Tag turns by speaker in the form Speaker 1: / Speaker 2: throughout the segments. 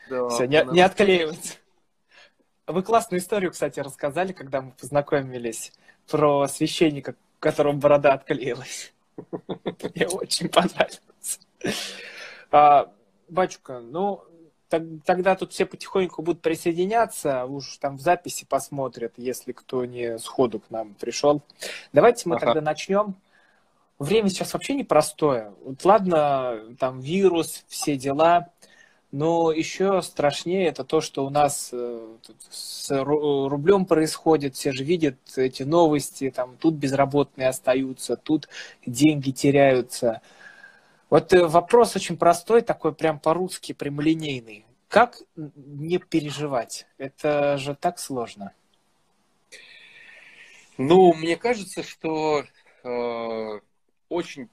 Speaker 1: Да,
Speaker 2: Все, не
Speaker 1: надо
Speaker 2: отклеивается. Вы классную историю, кстати, рассказали, когда мы познакомились, про священника, у которого борода отклеилась. Мне очень понравилось. А, Батюшка, ну, тогда тут все потихоньку будут присоединяться, уж там в записи посмотрят, если кто не сходу к нам пришел. Давайте мы
Speaker 1: Ага.
Speaker 2: тогда начнем. Время сейчас вообще непростое. Вот ладно, там вирус, все дела, но еще страшнее это то, что у нас тут с рублем происходит, все же видят эти новости, там тут безработные остаются, тут деньги теряются. Вот вопрос очень простой, такой прям по-русски прямолинейный. Как не переживать? Это же так сложно.
Speaker 1: Ну, мне кажется, что очень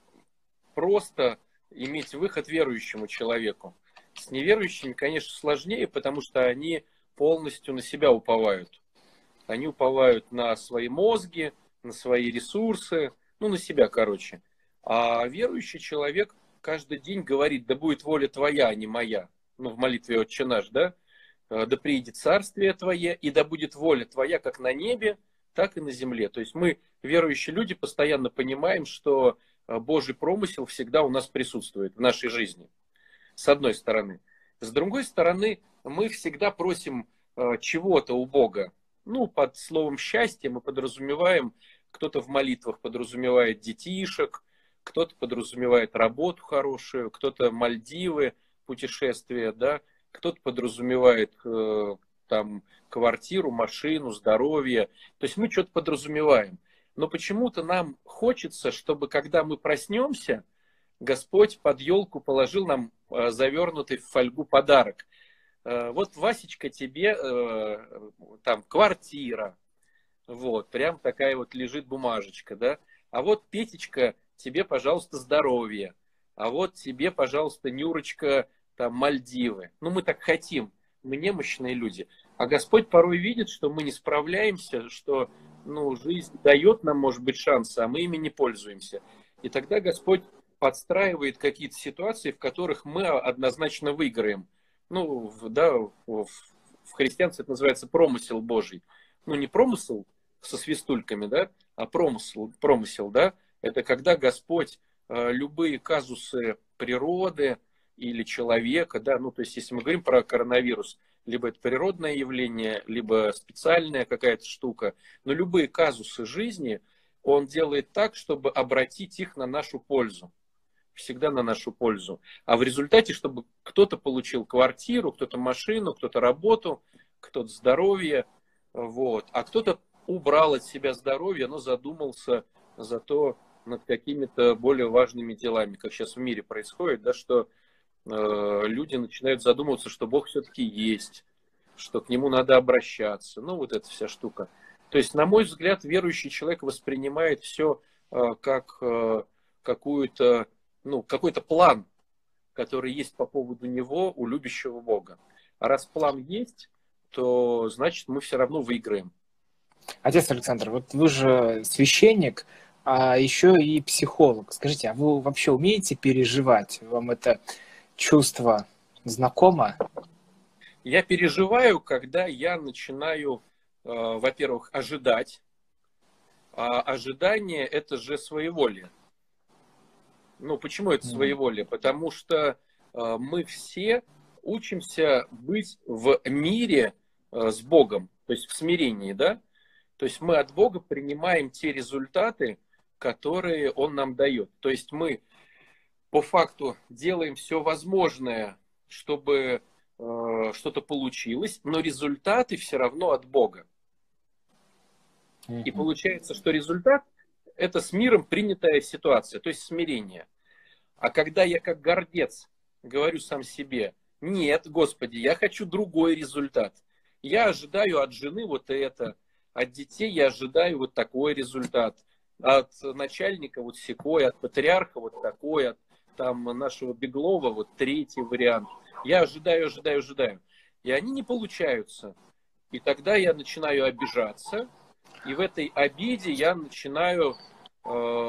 Speaker 1: просто иметь выход верующему человеку. С неверующими, конечно, сложнее, потому что они полностью на себя уповают. Они уповают на свои мозги, на свои ресурсы, ну, на себя, короче. А верующий человек каждый день говорит: да будет воля твоя, а не моя. Ну, в молитве «Отче наш», да? Да приидет царствие твое, и да будет воля твоя как на небе, так и на земле. То есть мы, верующие люди, постоянно понимаем, что Божий промысел всегда у нас присутствует в нашей жизни, с одной стороны. С другой стороны, мы всегда просим чего-то у Бога. Ну, под словом счастье мы подразумеваем, кто-то в молитвах подразумевает детишек, кто-то подразумевает работу хорошую, кто-то Мальдивы, путешествия, да, кто-то подразумевает там квартиру, машину, здоровье. То есть мы что-то подразумеваем. Но почему-то нам хочется, чтобы когда мы проснемся, Господь под елку положил нам завернутый в фольгу подарок. Вот, Васечка, тебе там квартира. Вот, прям такая вот лежит бумажечка, да. А вот, Петечка, тебе, пожалуйста, здоровье. А вот тебе, пожалуйста, Нюрочка, там, Мальдивы. Ну, мы так хотим. Мы немощные люди. А Господь порой видит, что мы не справляемся, что, ну, жизнь дает нам, может быть, шансы, а мы ими не пользуемся. И тогда Господь подстраивает какие-то ситуации, в которых мы однозначно выиграем. Ну, да, в христианстве это называется промысел Божий. Ну, не промысел со свистульками, да, а промысел, да, это когда Господь любые казусы природы или человека, да, ну, то есть, если мы говорим про коронавирус, либо это природное явление, либо специальная какая-то штука, но любые казусы жизни он делает так, чтобы обратить их на нашу пользу, всегда на нашу пользу. А в результате, чтобы кто-то получил квартиру, кто-то машину, кто-то работу, кто-то здоровье, вот, а кто-то убрал от себя здоровье, но задумался зато над какими-то более важными делами, как сейчас в мире происходит, да, что люди начинают задумываться, что Бог все-таки есть, что к нему надо обращаться, ну вот эта вся штука. То есть, на мой взгляд, верующий человек воспринимает все как какую-то, ну, какой-то план, который есть по поводу него у любящего Бога. А раз план есть, то значит мы все равно выиграем.
Speaker 2: Отец Александр, вот вы же священник, а еще и психолог. Скажите, а вы вообще умеете переживать? Вам это чувство знакомо?
Speaker 1: Я переживаю, когда я начинаю, во-первых, ожидать. А ожидание это же своеволие. Ну, почему это своеволие? Потому что мы все учимся быть в мире с Богом, то есть в смирении, да? То есть мы от Бога принимаем те результаты, которые Он нам дает. То есть мы по факту делаем все возможное, чтобы что-то получилось, но результаты все равно от Бога. И
Speaker 2: Мгм.
Speaker 1: получается, что результат это с миром принятая ситуация, то есть смирение. А когда я как гордец говорю сам себе: нет, Господи, я хочу другой результат. Я ожидаю от жены вот это, от детей я ожидаю вот такой результат, от начальника вот сякой, от патриарха вот такой, от там нашего Беглова вот третий вариант. Я ожидаю, ожидаю, ожидаю. И они не получаются. И тогда я начинаю обижаться, и в этой обиде я начинаю,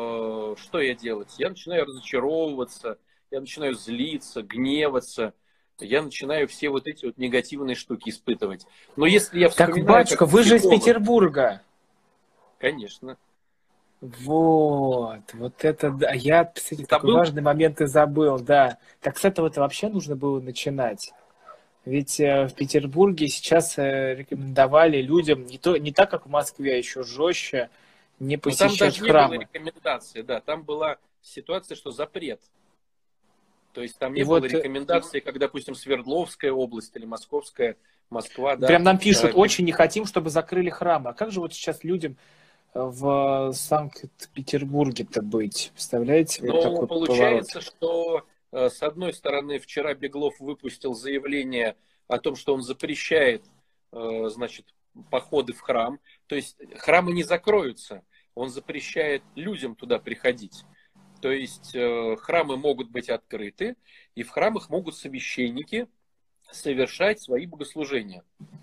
Speaker 1: что я делать? Я начинаю разочаровываться, я начинаю злиться, гневаться. я начинаю все вот эти вот негативные штуки испытывать. Но если я
Speaker 2: Так,
Speaker 1: вспоминаю,
Speaker 2: батюшка,
Speaker 1: как
Speaker 2: вы же из
Speaker 1: психолог,
Speaker 2: Петербурга.
Speaker 1: конечно.
Speaker 2: Вот это да. Я, кстати, такой
Speaker 1: Забыл?
Speaker 2: важный момент и забыл, да. Так с этого-то вообще нужно было начинать. Ведь в Петербурге сейчас рекомендовали людям не так, как в Москве, а еще жестче не
Speaker 1: Но там
Speaker 2: посещать
Speaker 1: даже не было
Speaker 2: храмы.
Speaker 1: рекомендации, да, там была ситуация, что запрет. То есть там
Speaker 2: И
Speaker 1: не было
Speaker 2: вот
Speaker 1: рекомендации, как, допустим, Свердловская область или Московская, Москва, да.
Speaker 2: прям нам пишут, очень не хотим, чтобы закрыли храмы. А как же вот сейчас людям в Санкт-Петербурге-то быть? Представляете, вот
Speaker 1: Но
Speaker 2: такой поворот.
Speaker 1: получается, что с одной стороны вчера Беглов выпустил заявление о том, что он запрещает, значит, походы в храм. То есть храмы не закроются, он запрещает людям туда приходить. То есть храмы могут быть открыты, и в храмах могут священники совершать свои богослужения.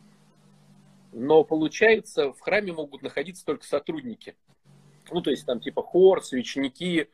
Speaker 1: Но получается, в храме могут находиться только сотрудники. Ну, то есть там типа хор, свечники,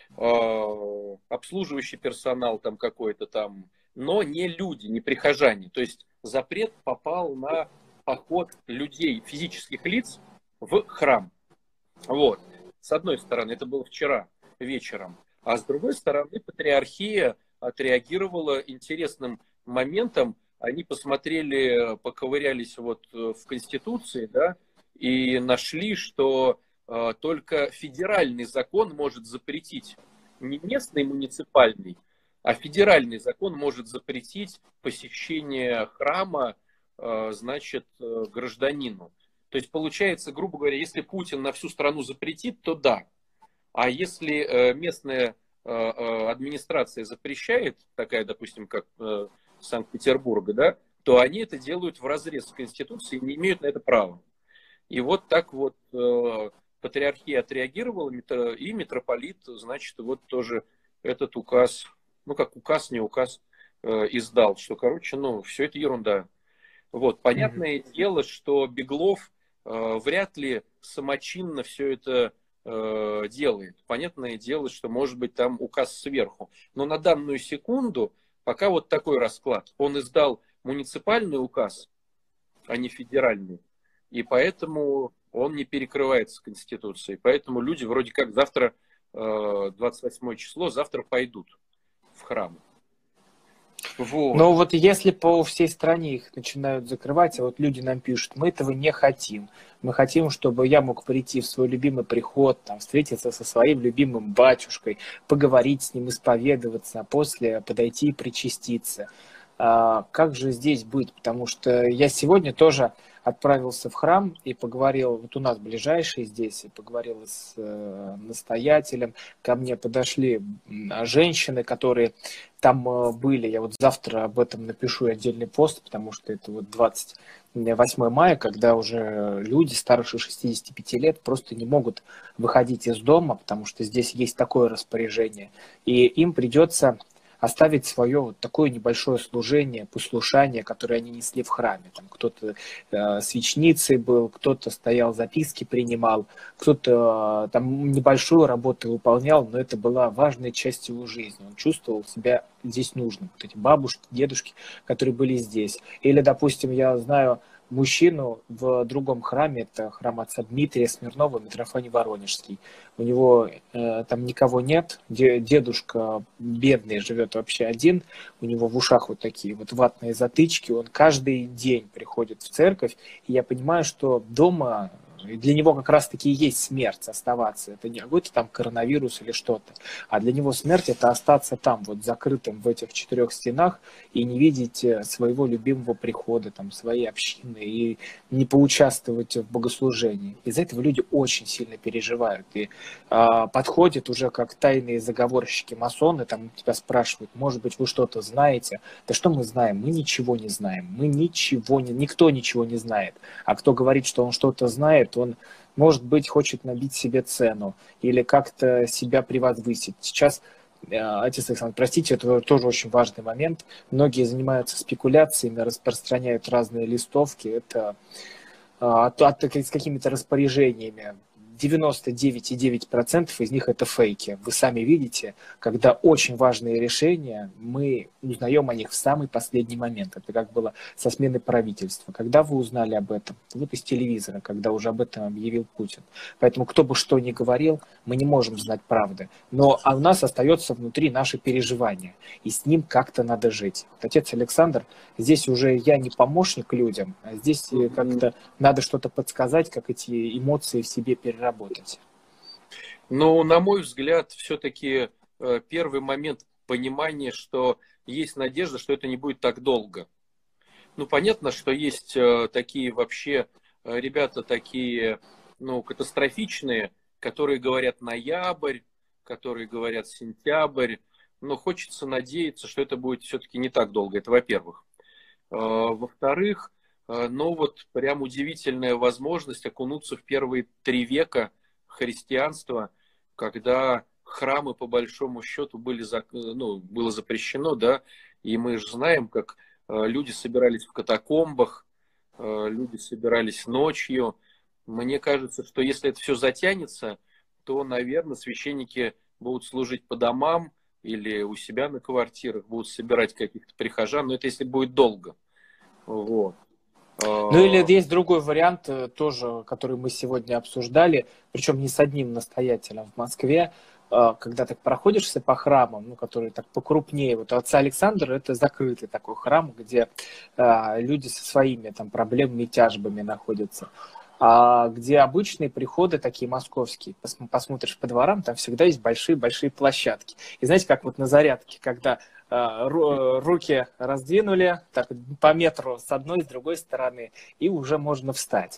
Speaker 1: обслуживающий персонал там какой-то там, но не люди, не прихожане. То есть запрет попал на поход людей, физических лиц в храм. Вот. С одной стороны, это было вчера вечером. А с другой стороны, патриархия отреагировала интересным моментом. Они посмотрели, поковырялись вот в Конституции, да, и нашли, что только федеральный закон может запретить, не местный муниципальный, а федеральный закон может запретить посещение храма, значит, гражданину. То есть получается, грубо говоря, если Путин на всю страну запретит, то да. А если местная администрация запрещает, такая, допустим, как Санкт-Петербурга, да, то они это делают вразрез с Конституцией и не имеют на это права. И вот так вот патриархия отреагировала, и митрополит, значит, вот тоже этот указ, ну как указ, не указ, издал, что, короче, ну, все это ерунда. Вот, понятное дело, что Беглов вряд ли самочинно все это делает. Понятное дело, что может быть там указ сверху. Но на данную секунду пока вот такой расклад. Он издал муниципальный указ, а не федеральный. И поэтому он не перекрывается Конституцией. Поэтому люди вроде как завтра, 28 число, завтра пойдут в храм. Вот.
Speaker 2: Но вот если по всей стране их начинают закрывать, а вот люди нам пишут, мы этого не хотим. Мы хотим, чтобы я мог прийти в свой любимый приход, там, встретиться со своим любимым батюшкой, поговорить с ним, исповедоваться, а после подойти и причаститься. Как же здесь быть? Потому что я сегодня тоже отправился в храм и поговорил, вот у нас ближайший здесь, и поговорил с настоятелем. Ко мне подошли женщины, которые там были. Я вот завтра об этом напишу отдельный пост, потому что это вот 28 мая, когда уже люди старше 65 лет просто не могут выходить из дома, потому что здесь есть такое распоряжение. И им придется оставить свое вот такое небольшое служение, послушание, которое они несли в храме. Там кто-то свечницей был, кто-то стоял, записки принимал, кто-то там небольшую работу выполнял, но это была важная часть его жизни. Он чувствовал себя здесь нужным. Вот эти бабушки, дедушки, которые были здесь. Или, допустим, я знаю мужчину в другом храме, это храм отца Дмитрия Смирнова, Митрофаний Воронежский. У него там никого нет, дедушка бедный живет вообще один, у него в ушах вот такие вот ватные затычки, он каждый день приходит в церковь, и я понимаю, что дома для него как раз-таки и есть смерть оставаться. Это не какой-то там коронавирус или что-то. А для него смерть это остаться там, вот закрытым в этих 4 стенах и не видеть своего любимого прихода, там, своей общины и не поучаствовать в богослужении. Из-за этого люди очень сильно переживают. И подходят уже как тайные заговорщики, масоны, там тебя спрашивают, может быть, вы что-то знаете? Да что мы знаем? Мы ничего не знаем. Никто ничего не знает. А кто говорит, что он что-то знает, он, может быть, хочет набить себе цену или как-то себя превозвысить. Сейчас, отец Александр, простите, это тоже очень важный момент. Многие занимаются спекуляциями, распространяют разные листовки. Это с какими-то распоряжениями. 99,9% из них это фейки. Вы сами видите, когда очень важные решения, мы узнаем о них в самый последний момент. Это как было со сменой правительства. Когда вы узнали об этом? Вот из телевизора, когда уже об этом объявил Путин. Поэтому кто бы что ни говорил, мы не можем знать правды. Но у нас остается внутри наше переживание. И с ним как-то надо жить. Вот, отец Александр, здесь уже я не помощник людям, а здесь как-то надо что-то подсказать, как эти эмоции в себе переработать.
Speaker 1: Ну, на мой взгляд, все-таки первый момент понимания, что есть надежда, что это не будет так долго. Ну, понятно, что есть такие вообще ребята такие, ну, катастрофичные, которые говорят ноябрь, которые говорят сентябрь, но хочется надеяться, что это будет все-таки не так долго, это во-первых. Во-вторых, ну вот прям удивительная возможность окунуться в первые 3 века христианства, когда храмы по большому счету были, ну, было запрещено, да, и мы же знаем, как люди собирались в катакомбах, люди собирались ночью. Мне кажется, что если это все затянется, то, наверное, священники будут служить по домам или у себя на квартирах, будут собирать каких-то прихожан, но это если будет долго. Вот.
Speaker 2: Ну или есть другой вариант тоже, который мы сегодня обсуждали, причем не с одним настоятелем в Москве, когда ты проходишься по храмам, ну, которые так покрупнее. Вот отца Александра это закрытый такой храм, где люди со своими там проблемами и тяжбами находятся. А где обычные приходы, такие московские, посмотришь по дворам, там всегда есть большие-большие площадки. И знаете, как вот на зарядке, когда руки раздвинули так, по метру с одной и с другой стороны, и уже можно встать.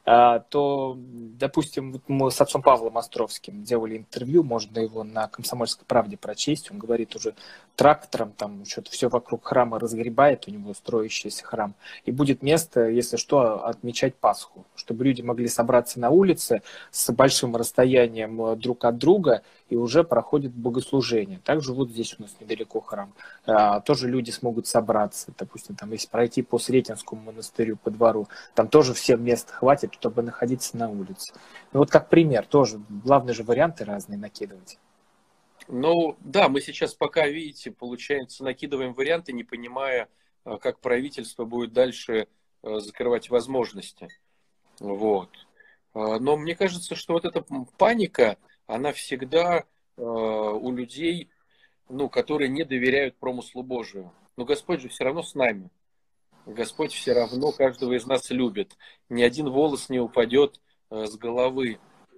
Speaker 2: То, допустим, мы с отцом Павлом Островским делали интервью, можно его на «Комсомольской правде» прочесть, он говорит уже трактором, там что-то все вокруг храма разгребает, у него строящийся храм, и будет место, если что, отмечать Пасху, чтобы люди могли собраться на улице с большим расстоянием друг от друга, и уже проходит богослужение. Также вот здесь у нас недалеко храм. Тоже люди смогут собраться, допустим, там, если пройти по Сретенскому монастырю, по двору, там тоже всем мест хватит, чтобы находиться на улице. Ну вот как пример, тоже, главное же варианты разные накидывать.
Speaker 1: Ну, да, мы сейчас пока, видите, получается, накидываем варианты, не понимая, как правительство будет дальше закрывать возможности. Вот. Но мне кажется, что вот эта паника, она всегда у людей, ну, которые не доверяют промыслу Божию. Но Господь же все равно с нами. Господь все равно каждого из нас любит. Ни один волос не упадет с головы.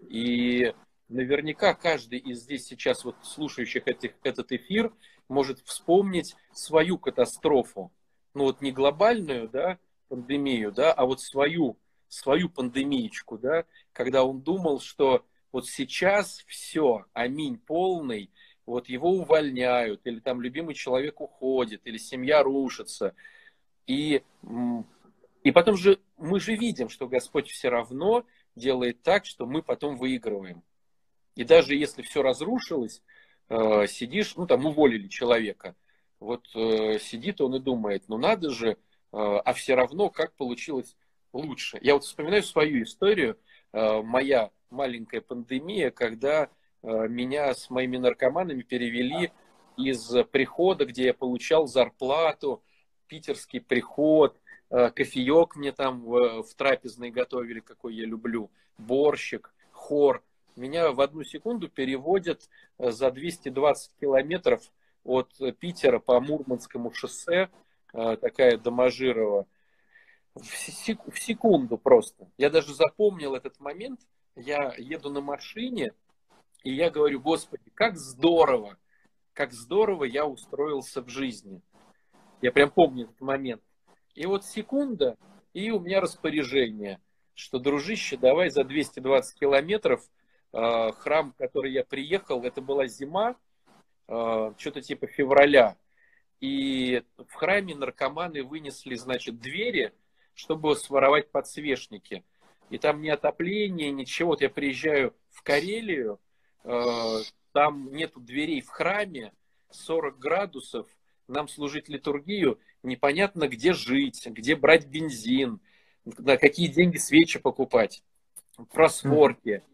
Speaker 1: И наверняка каждый из здесь сейчас вот слушающих этот эфир может вспомнить свою катастрофу. Ну вот не глобальную, да, пандемию, да, а вот свою пандемиечку, да, когда он думал, что вот сейчас все, аминь полный, вот его увольняют, или там любимый человек уходит, или семья рушится. И потом же мы же видим, что Господь все равно делает так, что мы потом выигрываем. И даже если все разрушилось, сидишь, ну там уволили человека, вот сидит он и думает, ну надо же, а все равно как получилось лучше. Я вот вспоминаю свою историю, моя маленькая пандемия, когда меня с моими наркоманами перевели из прихода, где я получал зарплату, питерский приход, кофеек мне там в трапезной готовили, какой я люблю, борщик, хор. Меня в одну секунду переводят за 220 километров от Питера по Мурманскому шоссе, такая Доможирова, в секунду просто. Я даже запомнил этот момент. Я еду на машине, и я говорю, Господи, как здорово я устроился в жизни. Я прям помню этот момент. И вот секунда, и у меня распоряжение, что, дружище, давай за 220 километров храм, в который я приехал, это была зима, что-то типа февраля. И в храме наркоманы вынесли, значит, двери, чтобы своровать подсвечники. И там ни отопления, ничего. Вот я приезжаю в Карелию, там нету дверей в храме, 40 градусов, нам служить литургию, непонятно где жить, где брать бензин, на какие деньги свечи покупать, просворки.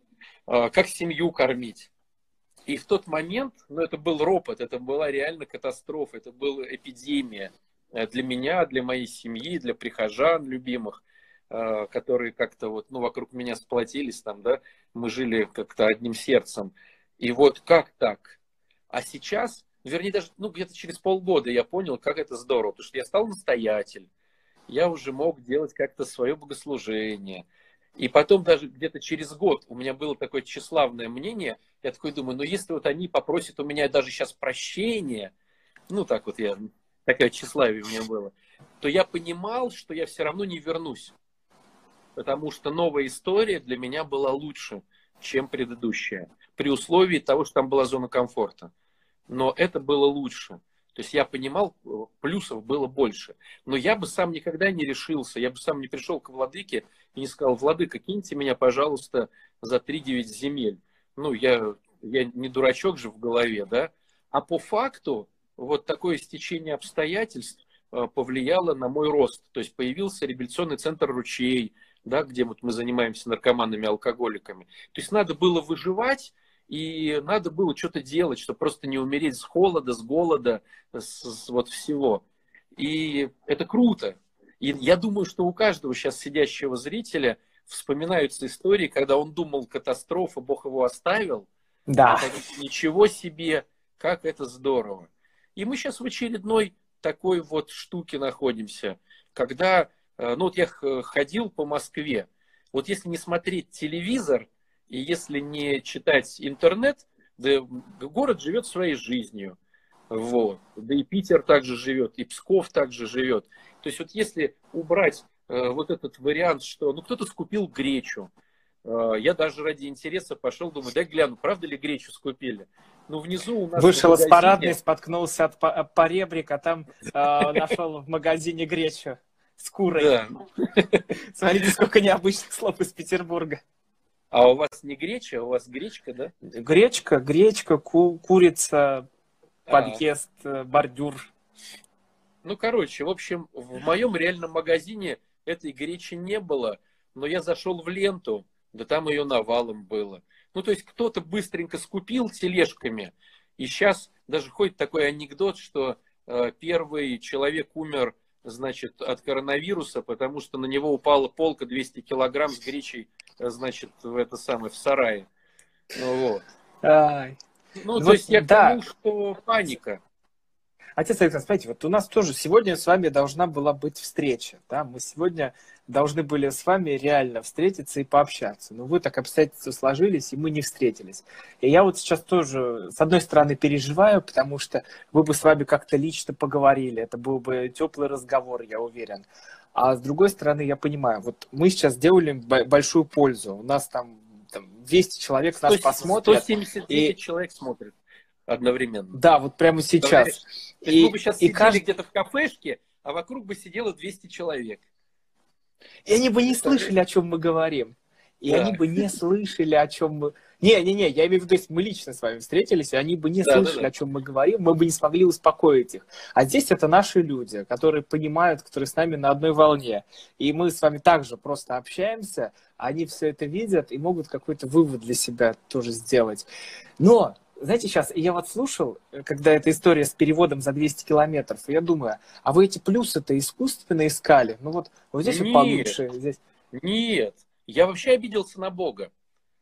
Speaker 1: как семью кормить. И в тот момент, ну, это был ропот, это была реально катастрофа, это была эпидемия для меня, для моей семьи, для прихожан любимых, которые как-то вот, ну, вокруг меня сплотились там, да, мы жили как-то одним сердцем. И вот как так? А сейчас, вернее, даже, ну, где-то через полгода я понял, как это здорово, потому что я стал настоятель, я уже мог делать как-то свое богослужение. И потом даже где-то через год у меня было такое тщеславное мнение, я такой думаю, ну если вот они попросят у меня даже сейчас прощения, ну так вот я, такое тщеславие у меня было, то я понимал, что я все равно не вернусь, потому что новая история для меня была лучше, чем предыдущая, при условии того, что там была зона комфорта. Но это было лучше. То есть я понимал, плюсов было больше. Но я бы сам никогда не решился, я бы сам не пришел к владыке и не сказал, владыка, киньте меня, пожалуйста, за 3-9 земель. Ну, я не дурачок же в голове, да? А по факту вот такое стечение обстоятельств повлияло на мой рост. То есть появился реабилитационный центр «Ручей», да, где вот мы занимаемся наркоманами, алкоголиками. То есть надо было выживать, и надо было что-то делать, чтобы просто не умереть с холода, с голода, вот всего. И это круто. И я думаю, что у каждого сейчас сидящего зрителя вспоминаются истории, когда он думал, катастрофа, Бог его оставил, а
Speaker 2: Да.
Speaker 1: потом ничего себе, как это здорово. И мы сейчас в очередной такой вот штуке находимся, когда, ну вот я ходил по Москве, вот если не смотреть телевизор, и если не читать интернет, да, город живет своей жизнью. Вот. Да и Питер также живет, и Псков также живет. То есть вот если убрать вот этот вариант, что ну кто-то скупил гречу, я даже ради интереса пошел, думаю, дай гляну, правда ли гречу скупили. Ну внизу у нас в
Speaker 2: Вышел из парадной,
Speaker 1: магазине...
Speaker 2: споткнулся от поребрика, там нашел в магазине гречу с курой.
Speaker 1: Да.
Speaker 2: Смотрите, сколько необычных слов из Петербурга.
Speaker 1: А у вас не греча, у вас гречка, да?
Speaker 2: Гречка, курица, подъезд, бордюр.
Speaker 1: Ну, короче, в общем, в моем реальном магазине этой гречи не было, но я зашел в ленту, да там ее навалом было. Ну, то есть кто-то быстренько скупил тележками, и сейчас даже ходит такой анекдот, что первый человек умер, значит, от коронавируса, потому что на него упала полка 200 килограмм с гречей, значит, в это самое, в сарае. Ну, вот.
Speaker 2: Ай.
Speaker 1: Ну, то
Speaker 2: Вот,
Speaker 1: есть я к
Speaker 2: да.
Speaker 1: тому, что паника.
Speaker 2: Отец Александр, смотрите, вот у нас тоже сегодня с вами должна была быть встреча. Да? Мы сегодня должны были с вами реально встретиться и пообщаться. Но вы так обстоятельства сложились, и мы не встретились. И я вот сейчас тоже, с одной стороны, переживаю, потому что вы бы с вами как-то лично поговорили. Это был бы теплый разговор, я уверен. А с другой стороны, я понимаю, вот мы сейчас сделали большую пользу. У нас там 200 человек нас посмотрят.
Speaker 1: 179
Speaker 2: и...
Speaker 1: человек смотрят одновременно.
Speaker 2: Да, вот прямо сейчас.
Speaker 1: То есть мы бы сейчас сидели где-то в кафешке, а вокруг бы сидело 200 человек.
Speaker 2: И они бы не слышали, о чем мы говорим. И они бы не слышали, о чем мы... Не, я имею в виду, если мы лично с вами встретились, и они бы не слышали, о чем мы говорим, мы бы не смогли успокоить их. А здесь это наши люди, которые понимают, которые с нами на одной волне. И мы с вами также просто общаемся, они все это видят и могут какой-то вывод для себя тоже сделать. Но, знаете, сейчас я вот слушал, когда эта история с переводом за 200 километров, и я думаю, а вы эти плюсы-то искусственно искали? Ну вот здесь вот получше. Здесь...
Speaker 1: Нет, я вообще обиделся на Бога.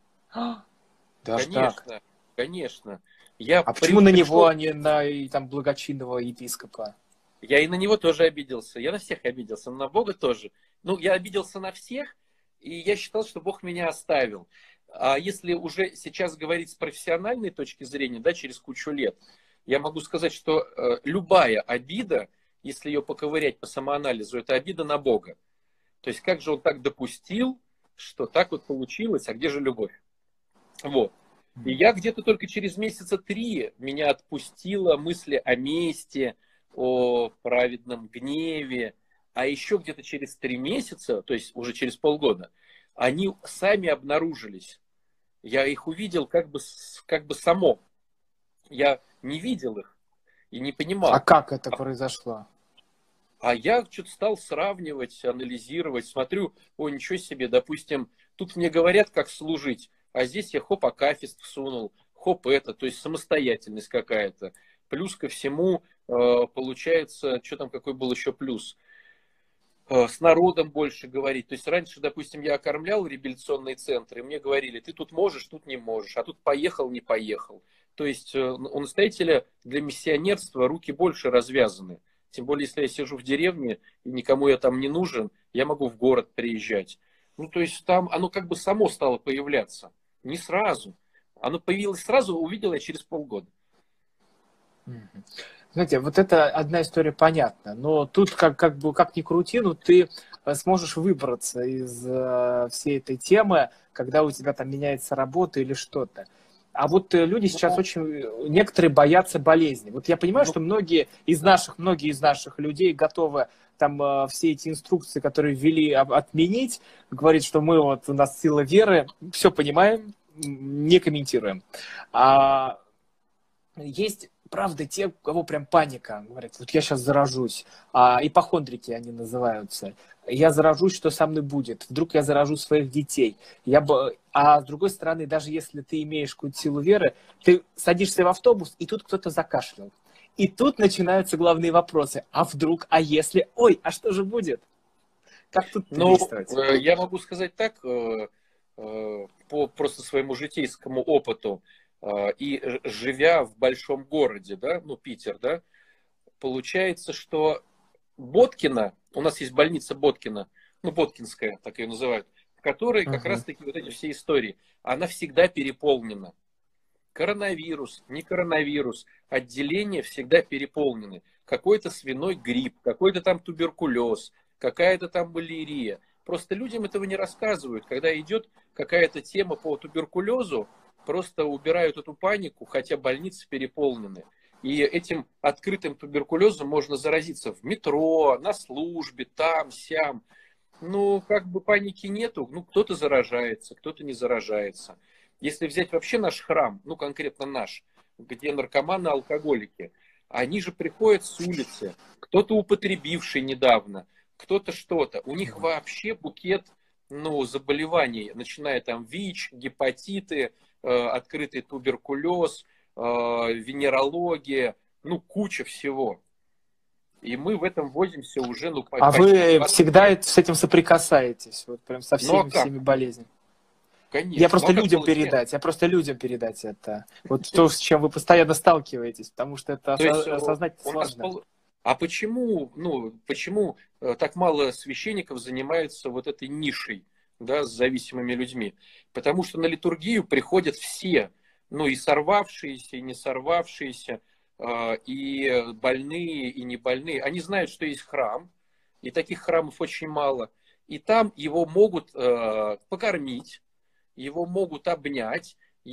Speaker 2: Даже
Speaker 1: конечно,
Speaker 2: так?
Speaker 1: Конечно.
Speaker 2: А почему на него, а не на там, благочинного епископа?
Speaker 1: Я и на него тоже обиделся. Я на всех обиделся, но на Бога тоже. Ну, я обиделся на всех, и я считал, что Бог меня оставил. А если уже сейчас говорить с профессиональной точки зрения, да, через кучу лет, я могу сказать, что любая обида, если ее поковырять по самоанализу, это обида на Бога. То есть как же он так допустил, что так вот получилось, а где же любовь? Вот. И я где-то только через месяца 3 меня отпустила мысли о мести, о праведном гневе, а еще где-то через 3 месяца, то есть уже через полгода, они сами обнаружились. Я их увидел как бы само. Я не видел их и не понимал.
Speaker 2: А как это произошло?
Speaker 1: А я что-то стал сравнивать, анализировать, смотрю, о, ничего себе, допустим, тут мне говорят, как служить, А здесь я хоп, акафист всунул, хоп, это, то есть самостоятельность какая-то. Плюс ко всему, получается, что там, какой был еще плюс? С народом больше говорить. То есть раньше, допустим, я окормлял реабилитационные центры, и мне говорили, ты тут можешь, тут не можешь, а тут поехал, не поехал. То есть у настоятеля для миссионерства руки больше развязаны. Тем более, если я сижу в деревне, и никому я там не нужен, я могу в город приезжать. Ну, то есть там оно как бы само стало появляться. Не сразу. Оно появилось сразу, увидел я через полгода.
Speaker 2: Знаете, вот это одна история понятна, но тут как ни крути, ну ты сможешь выбраться из всей этой темы, когда у тебя там меняется работа или что-то. А вот люди сейчас некоторые боятся болезни. Вот я понимаю, что многие из наших людей готовы там все эти инструкции, которые ввели, отменить, говорить, что мы вот, у нас сила веры, все понимаем, не комментируем. А есть, правда, те, у кого прям паника. Говорят, вот я сейчас заражусь. Ипохондрики они называются. Я заражусь, что со мной будет? Вдруг я заражу своих детей? А с другой стороны, даже если ты имеешь какую-то силу веры, ты садишься в автобус, и тут кто-то закашлял. И тут начинаются главные вопросы. А вдруг? А если? Ой, а что же будет? Как тут действовать?
Speaker 1: Я могу сказать так, по просто своему житейскому опыту, и живя в большом городе, да, ну, Питер, да, получается, что Боткина, у нас есть больница Боткина, ну, Боткинская, так ее называют, в которой как раз-таки вот эти все истории, она всегда переполнена. Коронавирус, не коронавирус, отделения всегда переполнены. Какой-то свиной грипп, какой-то там туберкулез, какая-то там малярия. Просто людям этого не рассказывают. Когда идет какая-то тема по туберкулезу, просто убирают эту панику, хотя больницы переполнены. И этим открытым туберкулезом можно заразиться в метро, на службе, там, сям. Ну, как бы паники нету, ну, кто-то заражается, кто-то не заражается. Если взять вообще наш храм, ну, конкретно наш, где наркоманы, алкоголики, они же приходят с улицы, кто-то употребивший недавно, кто-то что-то. У них вообще букет, ну, заболеваний, начиная там ВИЧ, гепатиты, открытый туберкулез, венерология, ну, куча всего. И мы в этом возимся уже, ну,
Speaker 2: А вы всегда с этим соприкасаетесь, вот прям со всеми болезнями?
Speaker 1: Конечно.
Speaker 2: Я просто людям передать это. Вот то, с чем вы постоянно сталкиваетесь, потому что это осознать сложно.
Speaker 1: А почему так мало священников занимаются вот этой нишей, да, с зависимыми людьми? Потому что на литургию приходят все, ну, и сорвавшиеся, и не сорвавшиеся, и больные, и не больные. Они знают, что есть храм, и таких храмов очень мало. И там его могут покормить, его могут обнять, с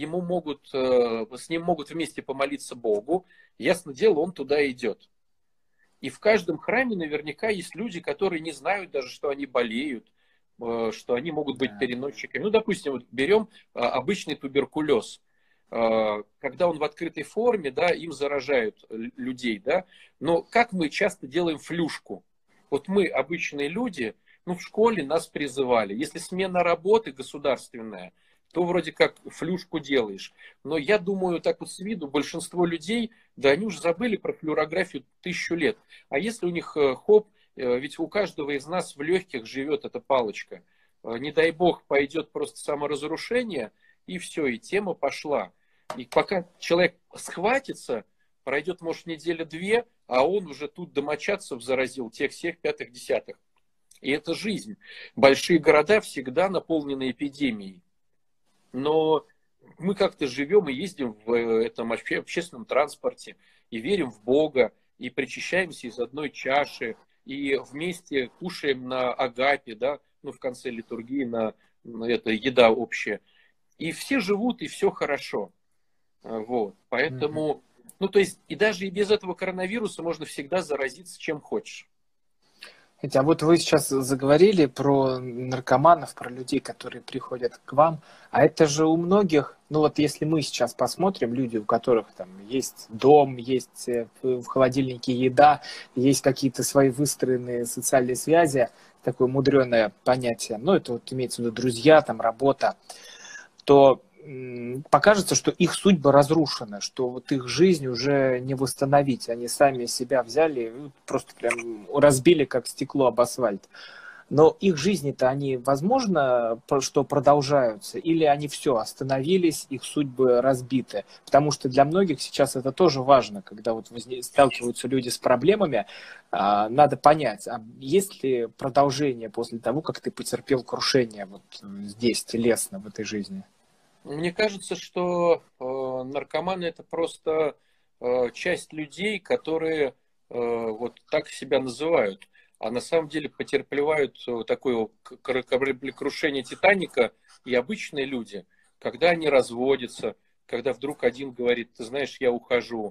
Speaker 1: ним могут вместе помолиться Богу. Ясно дело, он туда идет. И в каждом храме наверняка есть люди, которые не знают даже, что они болеют, что они могут быть переносчиками. Ну, допустим, вот берем обычный туберкулез. Когда он в открытой форме, да, им заражают людей, да. Но как мы часто делаем флюшку? Вот мы, обычные люди, ну, в школе нас призывали. Если смена работы государственная, то вроде как флюшку делаешь. Но я думаю, так вот с виду, большинство людей, да они уже забыли про флюорографию 1000 лет. А если у них хоп, ведь у каждого из нас в легких живет эта палочка. Не дай бог, пойдет просто саморазрушение, и все, и тема пошла. И пока человек схватится, пройдет, может, неделя-две, а он уже тут домочадцев заразил, тех, всех, пятых, десятых. И это жизнь. Большие города всегда наполнены эпидемией. Но мы как-то живем и ездим в этом общественном транспорте, и верим в Бога, и причащаемся из одной чаши, и вместе кушаем на агапе, да, ну, в конце литургии, это еда общая. И все живут, и все хорошо. Вот. Поэтому, ну, то есть, и даже и без этого коронавируса можно всегда заразиться чем хочешь.
Speaker 2: А вот вы сейчас заговорили про наркоманов, про людей, которые приходят к вам, а это же у многих, ну вот если мы сейчас посмотрим, люди, у которых там есть дом, есть в холодильнике еда, есть какие-то свои выстроенные социальные связи, такое мудреное понятие, ну это вот имеется в виду друзья, там работа, то покажется, что их судьба разрушена, что вот их жизнь уже не восстановить. Они сами себя взяли, просто прям разбили, как стекло об асфальт. Но их жизни-то, они, возможно, что продолжаются, или они все, остановились, их судьбы разбиты? Потому что для многих сейчас это тоже важно, когда вот сталкиваются люди с проблемами, надо понять, а есть ли продолжение после того, как ты потерпел крушение вот здесь, телесно, в этой жизни?
Speaker 1: Мне кажется, что наркоманы это просто часть людей, которые вот так себя называют. А на самом деле потерпевают такое кораблекрушение Титаника и обычные люди, когда они разводятся, когда вдруг один говорит, ты знаешь, я ухожу,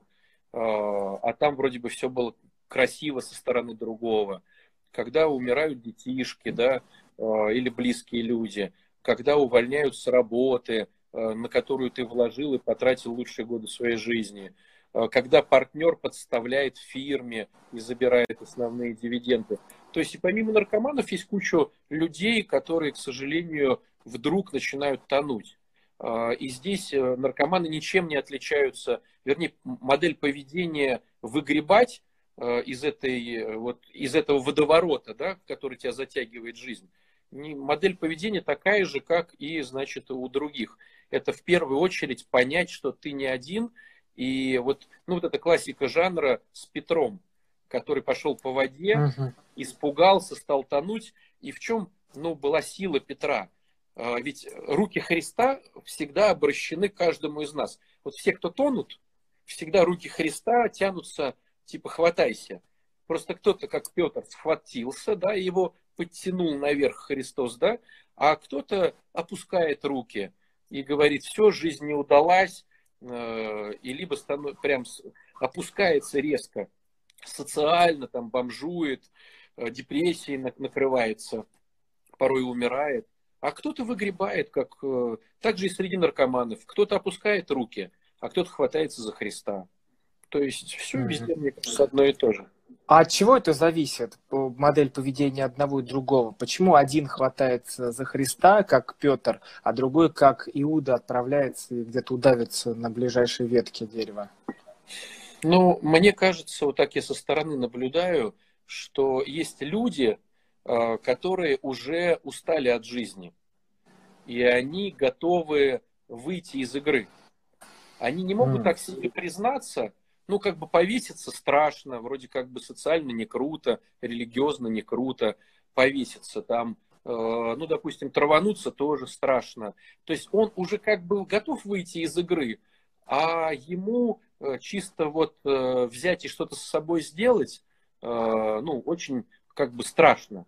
Speaker 1: а там вроде бы все было красиво со стороны другого, когда умирают детишки, да, или близкие люди, когда увольняют с работы, на которую ты вложил и потратил лучшие годы своей жизни, когда партнер подставляет фирме и забирает основные дивиденды. То есть и помимо наркоманов есть куча людей, которые, к сожалению, вдруг начинают тонуть. И здесь наркоманы ничем не отличаются, вернее, модель поведения выгребать из этого водоворота, да, который тебя затягивает жизнь. Модель поведения такая же, как и, значит, у других. Это в первую очередь понять, что ты не один. И вот, ну, вот эта классика жанра с Петром, который пошел по воде, испугался, стал тонуть. И в чем, ну, была сила Петра? Ведь руки Христа всегда обращены к каждому из нас. Вот все, кто тонут, всегда руки Христа тянутся, типа, хватайся. Просто кто-то, как Петр, схватился, да, его подтянул наверх Христос, да, а кто-то опускает руки и говорит, все, жизнь не удалась, и либо прям опускается резко, социально там бомжует, депрессией накрывается, порой умирает. А кто-то выгребает, так же и среди наркоманов. Кто-то опускает руки, а кто-то хватается за Христа. То есть все везде, мне кажется, одно и то же.
Speaker 2: А от чего это зависит, модель поведения одного и другого? Почему один хватается за Христа, как Петр, а другой, как Иуда, отправляется и где-то удавится на ближайшей ветке дерева?
Speaker 1: Ну, мне кажется, вот так я со стороны наблюдаю, что есть люди, которые уже устали от жизни, и они готовы выйти из игры. Они не могут так себе признаться, ну, как бы повеситься страшно, вроде как бы социально не круто, религиозно не круто, повеситься там, ну, допустим, травануться тоже страшно. То есть он уже как бы готов выйти из игры, а ему чисто вот взять и что-то с собой сделать, ну, очень как бы страшно.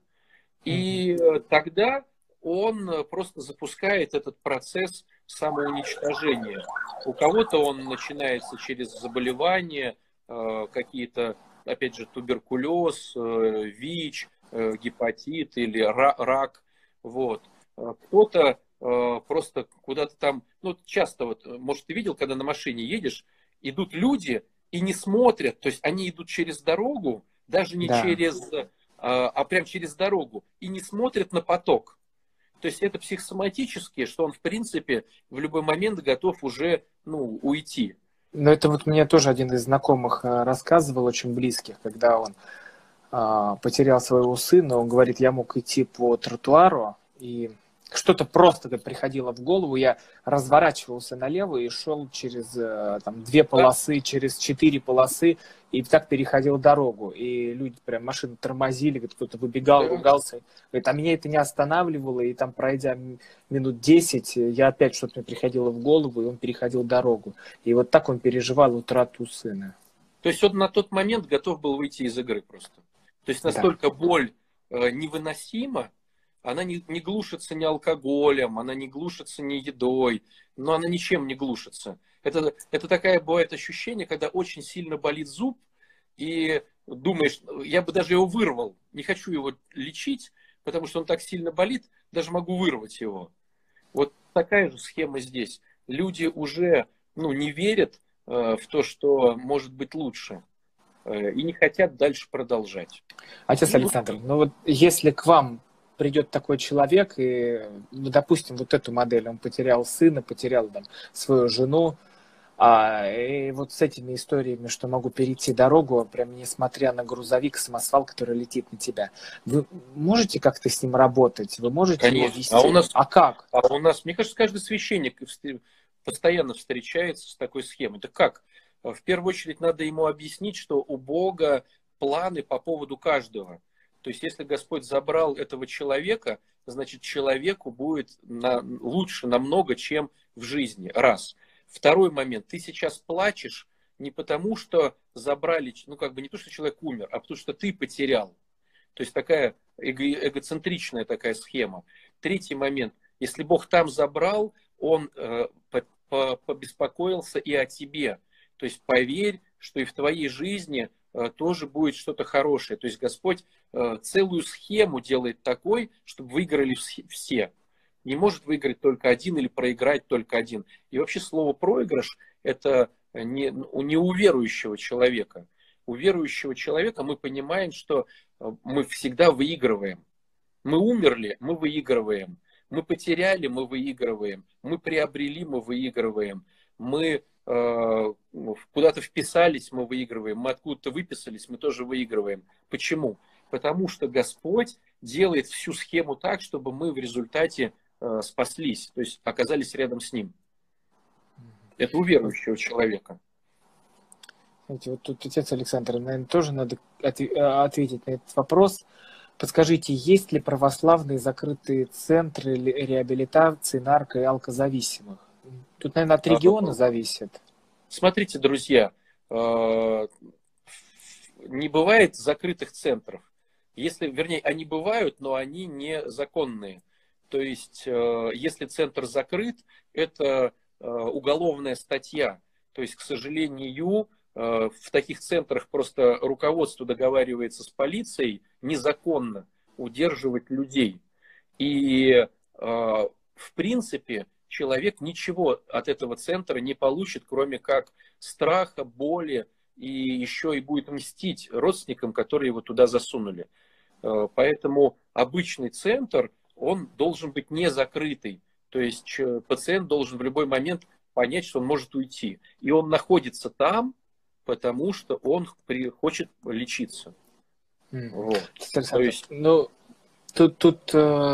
Speaker 1: И тогда он просто запускает этот процесс самоуничтожения. У кого-то он начинается через заболевания, какие-то, опять же, туберкулез, ВИЧ, гепатит или рак. Вот. Кто-то просто куда-то там, ну, часто вот, может, ты видел, когда на машине едешь, идут люди и не смотрят, то есть они идут через дорогу, даже не через, а прям через дорогу, и не смотрят на поток. То есть это психосоматически, что он, в принципе, в любой момент готов уже, ну, уйти.
Speaker 2: Но это вот мне тоже один из знакомых рассказывал, очень близких, когда он потерял своего сына, он говорит, я мог идти по тротуару, и что-то просто приходило в голову, я разворачивался налево и шел через там, 2 полосы, через 4 полосы, и так переходил дорогу. И люди прям машины тормозили, кто-то выбегал, ругался. Говорит, а меня это не останавливало, и там, пройдя минут 10, я опять что-то мне приходило в голову, и он переходил дорогу. И вот так он переживал утрату сына.
Speaker 1: То есть он на тот момент готов был выйти из игры просто. То есть настолько боль невыносима, она не глушится ни алкоголем, она не глушится ни едой, но она ничем не глушится. Это такое бывает ощущение, когда очень сильно болит зуб, и думаешь, я бы даже его вырвал, не хочу его лечить, потому что он так сильно болит, даже могу вырвать его. Вот такая же схема здесь. Люди уже не верят в то, что может быть лучше, и не хотят дальше продолжать.
Speaker 2: Отец Александр, ну вот если к вам придет такой человек, и, ну, допустим, вот эту модель, он потерял сына, потерял там свою жену, и вот с этими историями, что могу перейти дорогу, прям несмотря на грузовик, самосвал, который летит на тебя. Вы можете как-то с ним работать? Вы можете его
Speaker 1: Конечно.
Speaker 2: вести? А как?
Speaker 1: Мне кажется, каждый священник постоянно встречается с такой схемой. Да как? В первую очередь надо ему объяснить, что у Бога планы по поводу каждого. То есть, если Господь забрал этого человека, значит, человеку будет лучше намного, чем в жизни. Раз. Второй момент. Ты сейчас плачешь не потому, что забрали, ну, как бы не то, что человек умер, а потому, что ты потерял. То есть, такая эгоцентричная такая схема. Третий момент. Если Бог там забрал, Он побеспокоился и о тебе. То есть, поверь, что и в твоей жизни тоже будет что-то хорошее. То есть, Господь целую схему делает такой, чтобы выиграли все. Не может выиграть только один или проиграть только один. И вообще слово проигрыш это не у верующего человека. У верующего человека мы понимаем, что мы всегда выигрываем. Мы умерли, мы выигрываем. Мы потеряли, мы выигрываем. Мы приобрели, мы выигрываем. Мы куда-то вписались, мы выигрываем. Мы откуда-то выписались, мы тоже выигрываем. Почему? Потому что Господь делает всю схему так, чтобы мы в результате спаслись, то есть оказались рядом с Ним. Это у верующего человека.
Speaker 2: Знаете, вот тут, отец Александр, наверное, тоже надо ответить на этот вопрос. Подскажите, есть ли православные закрытые центры реабилитации нарко- и алкозависимых? Тут, наверное, от региона зависит.
Speaker 1: Смотрите, друзья, не бывает закрытых центров. Вернее, они бывают, но они не законные. То есть, если центр закрыт, это уголовная статья. То есть, к сожалению, в таких центрах просто руководство договаривается с полицией незаконно удерживать людей. И, в принципе, человек ничего от этого центра не получит, кроме как страха, боли, и еще и будет мстить родственникам, которые его туда засунули. Поэтому обычный центр, он должен быть не закрытый. То есть пациент должен в любой момент понять, что он может уйти. И он находится там, потому что он хочет лечиться.
Speaker 2: Вот. То есть, ну, тут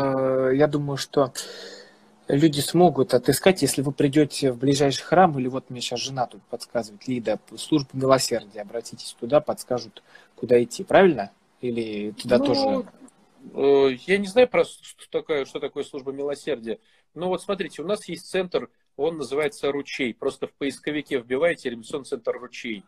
Speaker 2: я думаю, что люди смогут отыскать, если вы придете в ближайший храм, или вот мне сейчас жена тут подсказывает, Лида, служба милосердия, обратитесь туда, подскажут, куда идти, правильно? Или туда тоже?
Speaker 1: Я не знаю, что такое служба милосердия. Но вот смотрите, у нас есть центр, он называется «Ручей». Просто в поисковике вбиваете «Реабилитационный центр Ручей».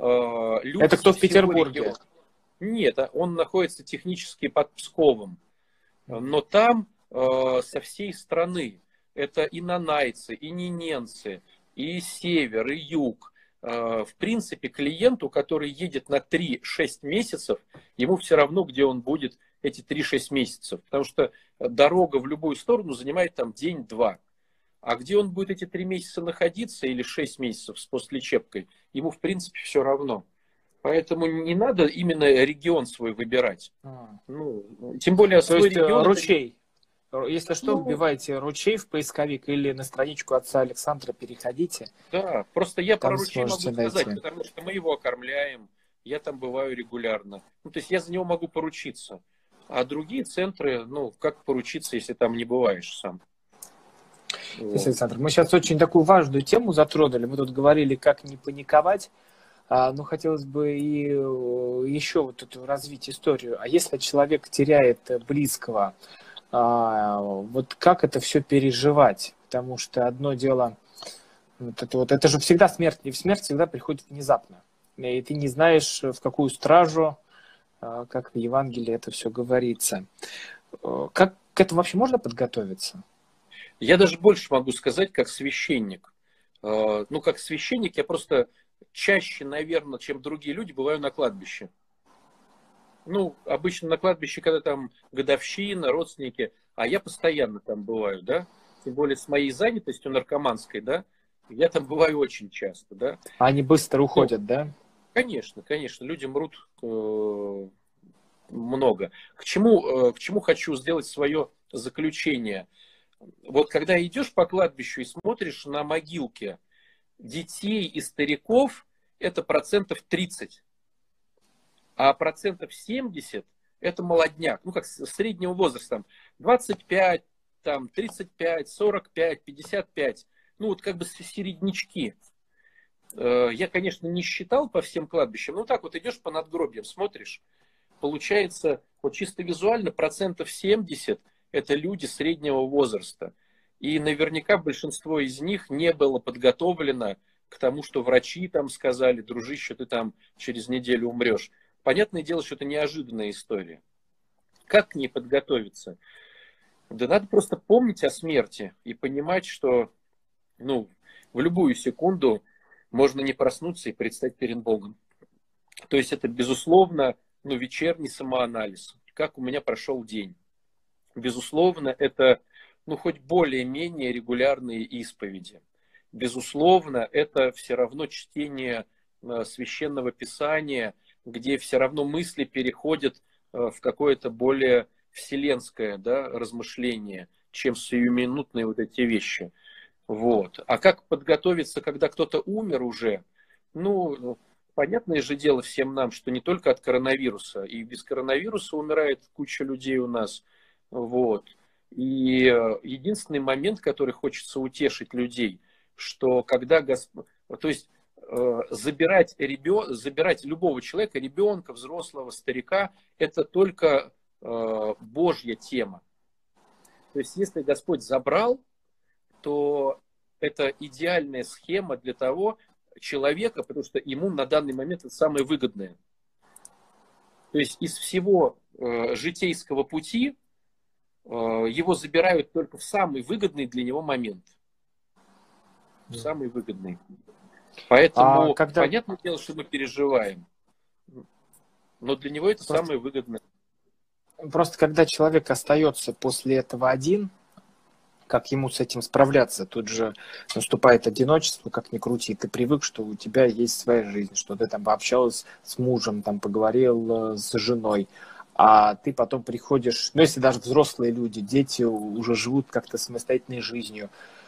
Speaker 2: Это кто в Петербурге?
Speaker 1: Нет, он находится технически под Псковом. Но там со всей страны. Это и нанайцы, и нененцы, и север, и юг. В принципе, клиенту, который едет на 3-6 месяцев, ему все равно, где он будет эти 3-6 месяцев. Потому что дорога в любую сторону занимает там день-два. А где он будет эти 3 месяца находиться или 6 месяцев с постлечебкой, ему в принципе все равно. Поэтому не надо именно регион свой выбирать. Ну, тем более свой регион...
Speaker 2: Ручей. Если что, вбивайте «Ручей» в поисковик или на страничку отца Александра переходите.
Speaker 1: Да, просто я про «Ручей» могу сказать, потому что мы его окормляем, я там бываю регулярно. Ну, то есть я за него могу поручиться. А другие центры, ну, как поручиться, если там не бываешь сам?
Speaker 2: Вот. Александр, мы сейчас очень такую важную тему затронули. Мы тут говорили, как не паниковать. Но хотелось бы и еще вот эту развить историю. А если человек теряет близкого, вот как это все переживать? Потому что одно дело, это же всегда смерть, и смерть всегда приходит внезапно. И ты не знаешь, в какую стражу, как в Евангелии это все говорится. Как к этому вообще можно подготовиться?
Speaker 1: Я даже больше могу сказать, как священник. Ну, как священник я просто чаще, наверное, чем другие люди, бываю на кладбище. Ну, обычно на кладбище, когда там годовщина, родственники, а я постоянно там бываю, да, тем более с моей занятостью наркоманской, да, я там бываю очень часто, да.
Speaker 2: Они быстро уходят, да?
Speaker 1: Конечно, конечно, люди мрут много. К чему хочу сделать свое заключение. Вот когда идешь по кладбищу и смотришь на могилки детей и стариков, это 30%. А 70% это молодняк. Ну, как среднего возраста. Там, 25, там, 35, 45, 55. Ну, вот как бы середнячки. Я, конечно, не считал по всем кладбищам. Но так вот идешь по надгробиям, смотришь. Получается, вот чисто визуально 70% это люди среднего возраста. И наверняка большинство из них не было подготовлено к тому, что врачи там сказали: дружище, ты там через неделю умрешь. Понятное дело, что это неожиданная история. Как к ней подготовиться? Да надо просто помнить о смерти и понимать, что ну, в любую секунду можно не проснуться и предстать перед Богом. То есть это, безусловно, ну, вечерний самоанализ. Как у меня прошел день. Безусловно, это ну, хоть более-менее регулярные исповеди. Безусловно, это все равно чтение священного писания, где все равно мысли переходят в какое-то более вселенское, да, размышление, чем сиюминутные вот эти вещи. Вот. А как подготовиться, когда кто-то умер уже? Ну, понятное же дело всем нам, что не только от коронавируса, и без коронавируса умирает куча людей у нас. Вот. И единственный момент, который хочется утешить людей, что когда Господь, то есть забирать любого человека, ребенка, взрослого, старика, это только Божья тема. То есть если Господь забрал, то это идеальная схема для того человека, потому что ему на данный момент это самое выгодное. То есть из всего житейского пути его забирают только в самый выгодный для него момент. В самый выгодный. Поэтому понятное дело, что мы переживаем. Но для него это самое выгодное.
Speaker 2: Просто когда человек остается после этого один, как ему с этим справляться? Тут же наступает одиночество, как ни крути, ты привык, что у тебя есть своя жизнь, что ты там пообщалась с мужем, там поговорил с женой, а ты потом приходишь, ну если даже взрослые люди, дети уже живут как-то самостоятельной жизнью,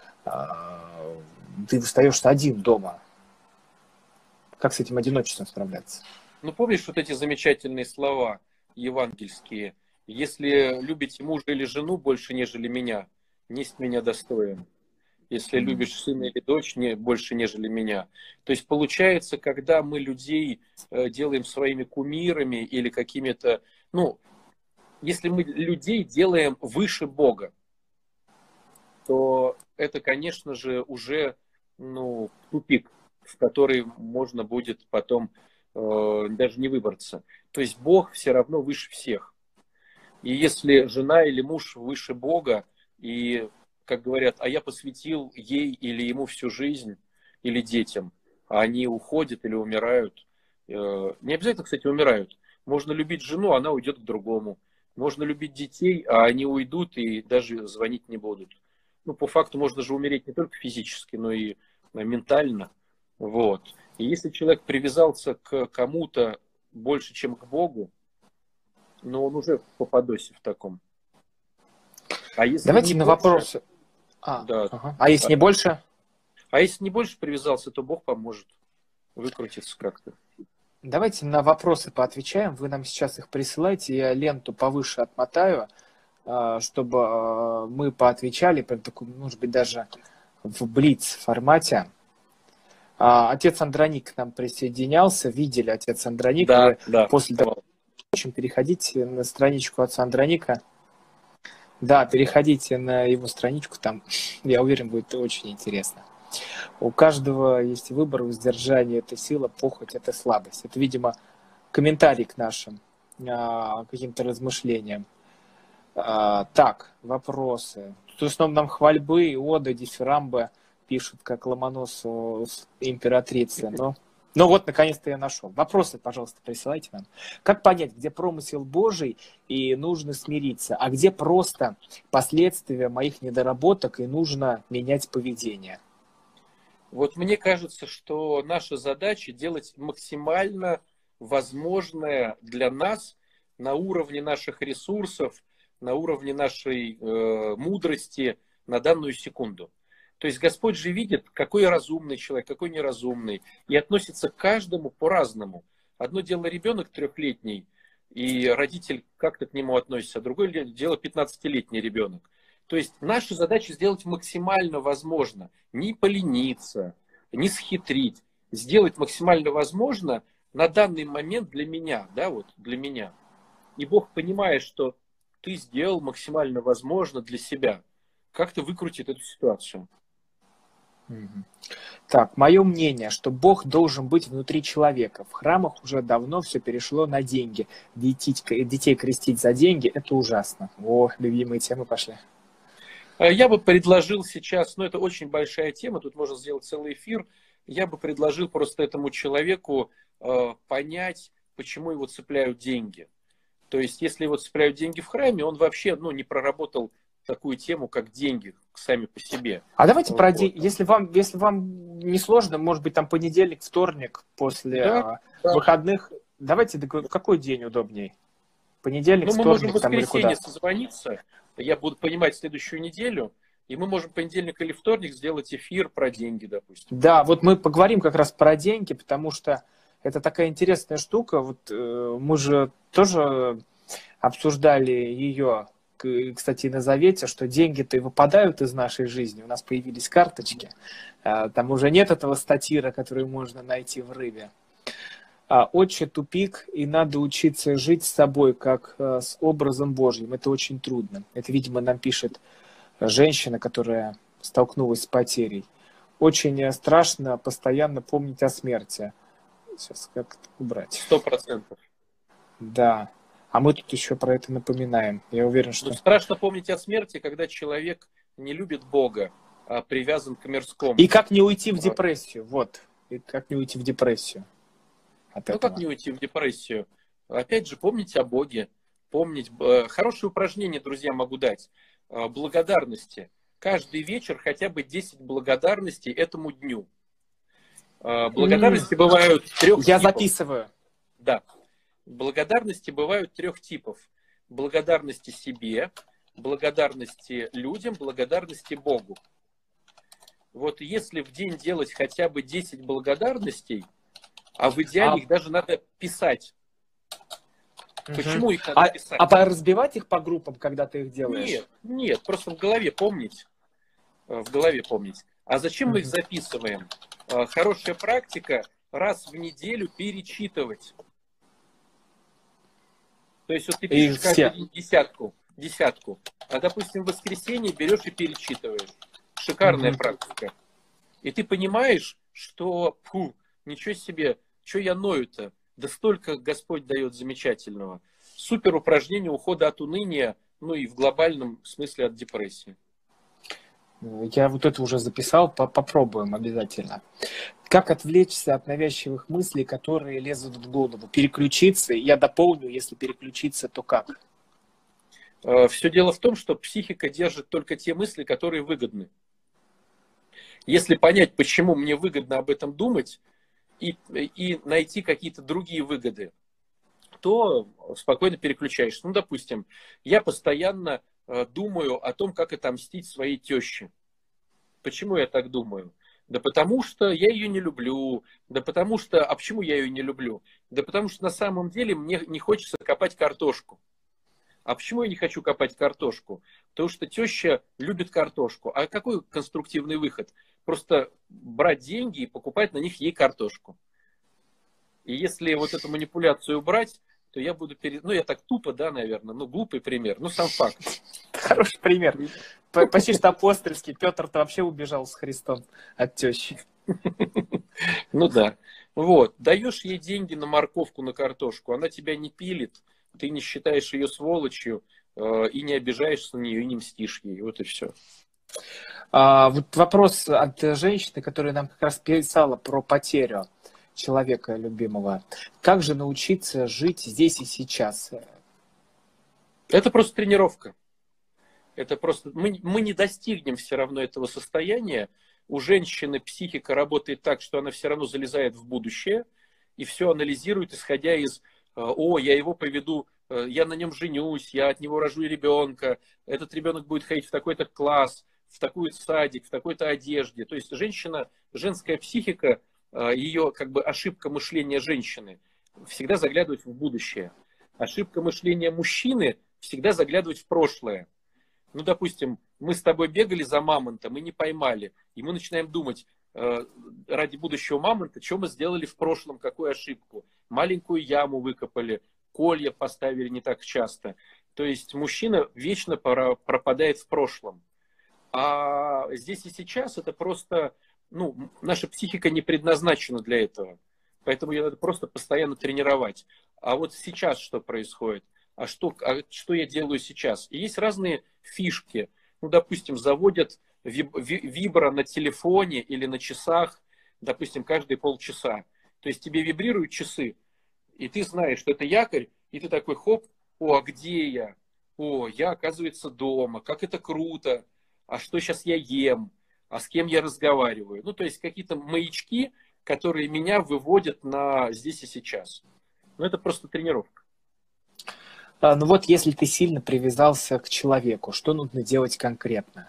Speaker 2: ты остаешься один дома. Как с этим одиночеством справляться?
Speaker 1: Ну, помнишь вот эти замечательные слова евангельские? Если любите мужа или жену больше, нежели меня, несть меня достоин. Если любишь сына или дочь больше, нежели меня. То есть получается, когда мы людей делаем своими кумирами или какими-то... Ну, если мы людей делаем выше Бога, то это, конечно же, уже ну, тупик, в который можно будет потом даже не выбраться. То есть Бог все равно выше всех. И если жена или муж выше Бога, и, как говорят, а я посвятил ей или ему всю жизнь, или детям, а они уходят или умирают. Не обязательно, кстати, умирают. Можно любить жену, она уйдет к другому. Можно любить детей, а они уйдут и даже звонить не будут. Ну, по факту можно же умереть не только физически, но и ментально. Вот. И если человек привязался к кому-то больше, чем к Богу, но он уже в попадосе в таком. А если
Speaker 2: давайте
Speaker 1: не
Speaker 2: на
Speaker 1: больше,
Speaker 2: вопросы.
Speaker 1: да,
Speaker 2: А если не больше?
Speaker 1: А если не больше привязался, то Бог поможет выкрутиться как-то.
Speaker 2: Давайте на вопросы поотвечаем. Вы нам сейчас их присылаете, я ленту повыше отмотаю, чтобы мы поотвечали, прям такой, может быть, даже в блиц формате. Отец Андроник к нам присоединялся. Видели отец Андроник?
Speaker 1: Да,
Speaker 2: Вы
Speaker 1: да.
Speaker 2: после того, переходите на страничку отца Андроника. Да, переходите на его страничку, там, я уверен, будет очень интересно. У каждого есть выбор, воздержание – это сила, похоть – это слабость. Это, видимо, комментарий к нашим каким-то размышлениям. Так, вопросы. Тут в основном нам хвальбы, оды, дифирамбы пишут, как Ломоносову императрице. Ну вот, наконец-то я нашел. Вопросы, пожалуйста, присылайте нам. Как понять, где промысел Божий и нужно смириться, а где просто последствия моих недоработок и нужно менять поведение?
Speaker 1: Вот мне кажется, что наша задача делать максимально возможное для нас на уровне наших ресурсов, на уровне нашей мудрости на данную секунду. То есть Господь же видит, какой разумный человек, какой неразумный, и относится к каждому по-разному. Одно дело ребенок трехлетний, и родитель как-то к нему относится, а другое дело 15-летний ребенок. То есть наша задача сделать максимально возможно, не полениться, не схитрить, сделать максимально возможно на данный момент для меня, да, вот для меня. И Бог, понимая, что ты сделал максимально возможно для себя, как-то выкрутит эту ситуацию.
Speaker 2: Так, мое мнение, что Бог должен быть внутри человека. В храмах уже давно все перешло на деньги. Детей крестить за деньги – это ужасно. О, любимые темы пошли.
Speaker 1: Я бы предложил сейчас, это очень большая тема, тут можно сделать целый эфир, я бы предложил просто этому человеку понять, почему его цепляют деньги. То есть, если его цепляют деньги в храме, он вообще не проработал такую тему, как деньги сами по себе.
Speaker 2: А давайте про деньги. Если вам не сложно, может быть, там понедельник, вторник после выходных. Давайте, в какой день удобней? Понедельник, вторник,
Speaker 1: мы можем в воскресенье
Speaker 2: там, или куда?
Speaker 1: созвониться, я буду понимать следующую неделю, и мы можем понедельник или вторник сделать эфир про деньги, допустим.
Speaker 2: Да, вот мы поговорим как раз про деньги, потому что это такая интересная штука. Вот мы же тоже обсуждали ее, кстати, на Завете, что деньги-то и выпадают из нашей жизни. У нас появились карточки. Там уже нет этого статира, который можно найти в рыбе. Отче, тупик, и надо учиться жить с собой, как с образом Божьим. Это очень трудно. Это, видимо, нам пишет женщина, которая столкнулась с потерей. Очень страшно постоянно помнить о смерти. Сейчас как убрать.
Speaker 1: 100%.
Speaker 2: Да. А мы тут еще про это напоминаем. Я уверен, что...
Speaker 1: страшно помнить о смерти, когда человек не любит Бога, а привязан к мирскому.
Speaker 2: И как не уйти в депрессию. Вот. И как не уйти в депрессию.
Speaker 1: Как не уйти в депрессию? Опять же, помнить о Боге. Помнить. Хорошее упражнение, друзья, могу дать. Благодарности. Каждый вечер хотя бы 10 благодарностей этому дню. Благодарности бывают 3 типов.
Speaker 2: Я записываю.
Speaker 1: Да. Благодарности бывают 3 типов. Благодарности себе, благодарности людям, благодарности Богу. Вот если в день делать хотя бы 10 благодарностей, а в идеале их даже надо писать. Почему их надо писать?
Speaker 2: Разбивать их по группам, когда ты их делаешь?
Speaker 1: Нет, просто в голове помнить. А зачем мы их записываем? Хорошая практика раз в неделю перечитывать. То есть вот ты пишешь каждый день десятку, а допустим в воскресенье берешь и перечитываешь. Шикарная практика. И ты понимаешь, что ничего себе, что я ною-то? Да столько Господь дает замечательного. Супер упражнение ухода от уныния, и в глобальном смысле от депрессии.
Speaker 2: Я вот это уже записал, попробуем обязательно. Как отвлечься от навязчивых мыслей, которые лезут в голову? Переключиться? Я дополню, если переключиться, то как?
Speaker 1: Все дело в том, что психика держит только те мысли, которые выгодны. Если понять, почему мне выгодно об этом думать, и найти какие-то другие выгоды, то спокойно переключаешься. Допустим, я постоянно думаю о том, как отомстить своей теще. Почему я так думаю? Да потому что я ее не люблю. Да потому что... А почему я ее не люблю? Да потому что на самом деле мне не хочется копать картошку. А почему я не хочу копать картошку? Потому что теща любит картошку. А какой конструктивный выход? Просто брать деньги и покупать на них ей картошку. И если вот эту манипуляцию убрать, то я буду я так тупо, да, наверное, глупый пример, сам факт.
Speaker 2: Хороший пример. Почти что апостольский. Петр-то вообще убежал с Христом от тещи.
Speaker 1: Да. Вот. Даешь ей деньги на морковку, на картошку, она тебя не пилит, ты не считаешь ее сволочью и не обижаешься на нее, и не мстишь ей. Вот и все.
Speaker 2: Вот вопрос от женщины, которая нам как раз писала про потерю человека любимого. Как же научиться жить здесь и сейчас?
Speaker 1: Это просто тренировка. Это просто мы не достигнем все равно этого состояния. У женщины психика работает так, что она все равно залезает в будущее и все анализирует, исходя из я его поведу я на нем женюсь, я от него рожу ребенка, этот ребенок будет ходить в такой-то класс, в такой садик, в такой-то одежде. То есть женщина, женская психика, ее как бы ошибка мышления женщины всегда заглядывать в будущее. Ошибка мышления мужчины всегда заглядывать в прошлое. Ну, допустим, мы с тобой бегали за мамонтом и не поймали. И мы начинаем думать, ради будущего мамонта, что мы сделали в прошлом, какую ошибку. Маленькую яму выкопали, колья поставили не так часто. То есть мужчина вечно пропадает в прошлом. А здесь и сейчас это просто, ну, наша психика не предназначена для этого. Поэтому ее надо просто постоянно тренировать. А вот сейчас что происходит? Что я делаю сейчас? И есть разные фишки. Ну, допустим, заводят вибро на телефоне или на часах, допустим, каждые полчаса. То есть тебе вибрируют часы, и ты знаешь, что это якорь, и ты такой, хоп, о, а где я? О, я, оказывается, дома. Как это круто. А что сейчас я ем? А с кем я разговариваю? Ну, то есть какие-то маячки, которые меня выводят на здесь и сейчас. Ну, это просто тренировка.
Speaker 2: Ну вот, если ты сильно привязался к человеку, что нужно делать конкретно?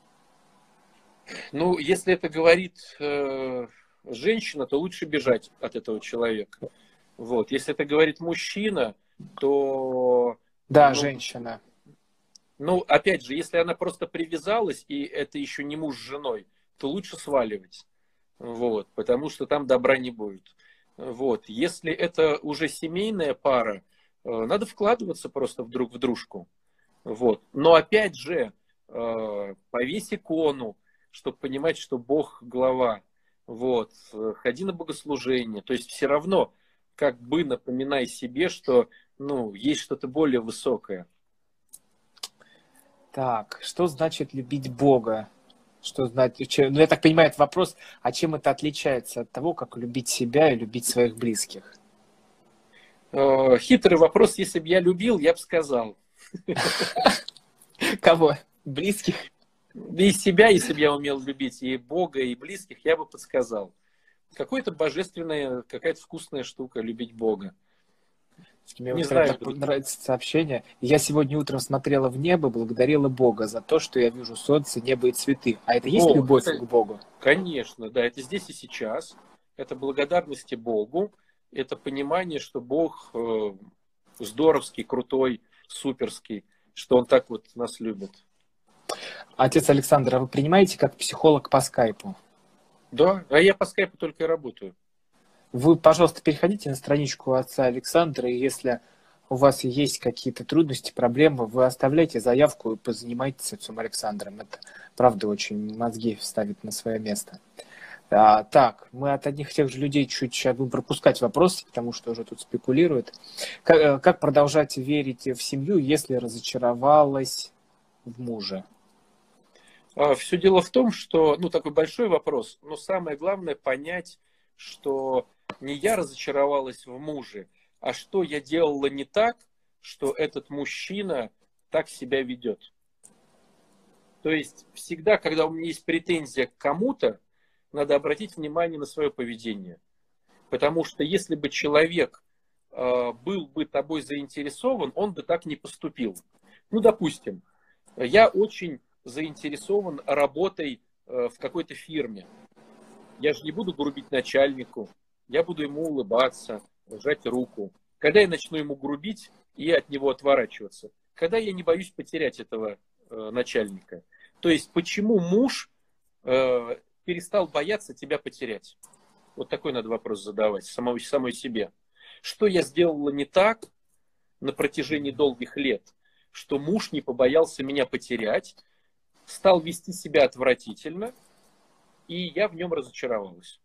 Speaker 1: Ну, если это говорит женщина, то лучше бежать от этого человека. Вот. Если это говорит мужчина, то...
Speaker 2: Да,
Speaker 1: ну,
Speaker 2: женщина.
Speaker 1: ну, опять же, если она просто привязалась, и это еще не муж с женой, то лучше сваливать. Вот, потому что там добра не будет. Вот. Если это уже семейная пара, надо вкладываться просто друг в дружку. Вот. Но опять же, повесь икону, чтобы понимать, что Бог глава. Вот. Ходи на богослужение. То есть все равно, как бы напоминай себе, что ну, есть что-то более высокое.
Speaker 2: Так, что значит любить Бога? Что значит, ну, я так понимаю, это вопрос, а чем это отличается от того, как любить себя и любить своих близких?
Speaker 1: Хитрый вопрос, если бы я любил, я бы сказал.
Speaker 2: Кого? Близких?
Speaker 1: И себя, если бы я умел любить, и Бога, и близких, я бы подсказал. Какое-то божественная, какая-то вкусная штука любить Бога.
Speaker 2: Мне
Speaker 1: Не
Speaker 2: вот прям
Speaker 1: знаю.
Speaker 2: так нравится сообщение. Я сегодня утром смотрела в небо, благодарила Бога за то, что я вижу солнце, небо и цветы. А это есть
Speaker 1: Вот,
Speaker 2: любовь
Speaker 1: это,
Speaker 2: к Богу?
Speaker 1: конечно, да, это здесь и сейчас. Это благодарность Богу. Это понимание, что Бог здоровский, крутой, суперский, что Он так вот нас любит.
Speaker 2: Отец Александр, а вы принимаете как психолог по скайпу?
Speaker 1: Да, а я по скайпу только и работаю.
Speaker 2: Вы, пожалуйста, переходите на страничку отца Александра, и если у вас есть какие-то трудности, проблемы, вы оставляйте заявку и позанимайтесь с отцом Александром. Это, правда, очень мозги ставит на свое место. Так, мы от одних и тех же людей чуть сейчас будем пропускать вопросы, потому что уже тут спекулируют. Как продолжать верить в семью, если разочаровалась в муже?
Speaker 1: Все дело в том, что, ну, такой большой вопрос, но самое главное понять, что не я разочаровалась в муже, а что я делала не так, что этот мужчина так себя ведет. То есть всегда, когда у меня есть претензия к кому-то, надо обратить внимание на свое поведение. Потому что если бы человек был бы тобой заинтересован, он бы так не поступил. Ну, допустим, я очень заинтересован работой в какой-то фирме. Я же не буду грубить начальнику, я буду ему улыбаться, жать руку. Когда я начну ему грубить и от него отворачиваться? Когда я не боюсь потерять этого начальника? То есть, почему муж перестал бояться тебя потерять? Вот такой надо вопрос задавать самой себе. Что я сделала не так на протяжении долгих лет, что муж не побоялся меня потерять, стал вести себя отвратительно, и я в нем разочаровалась.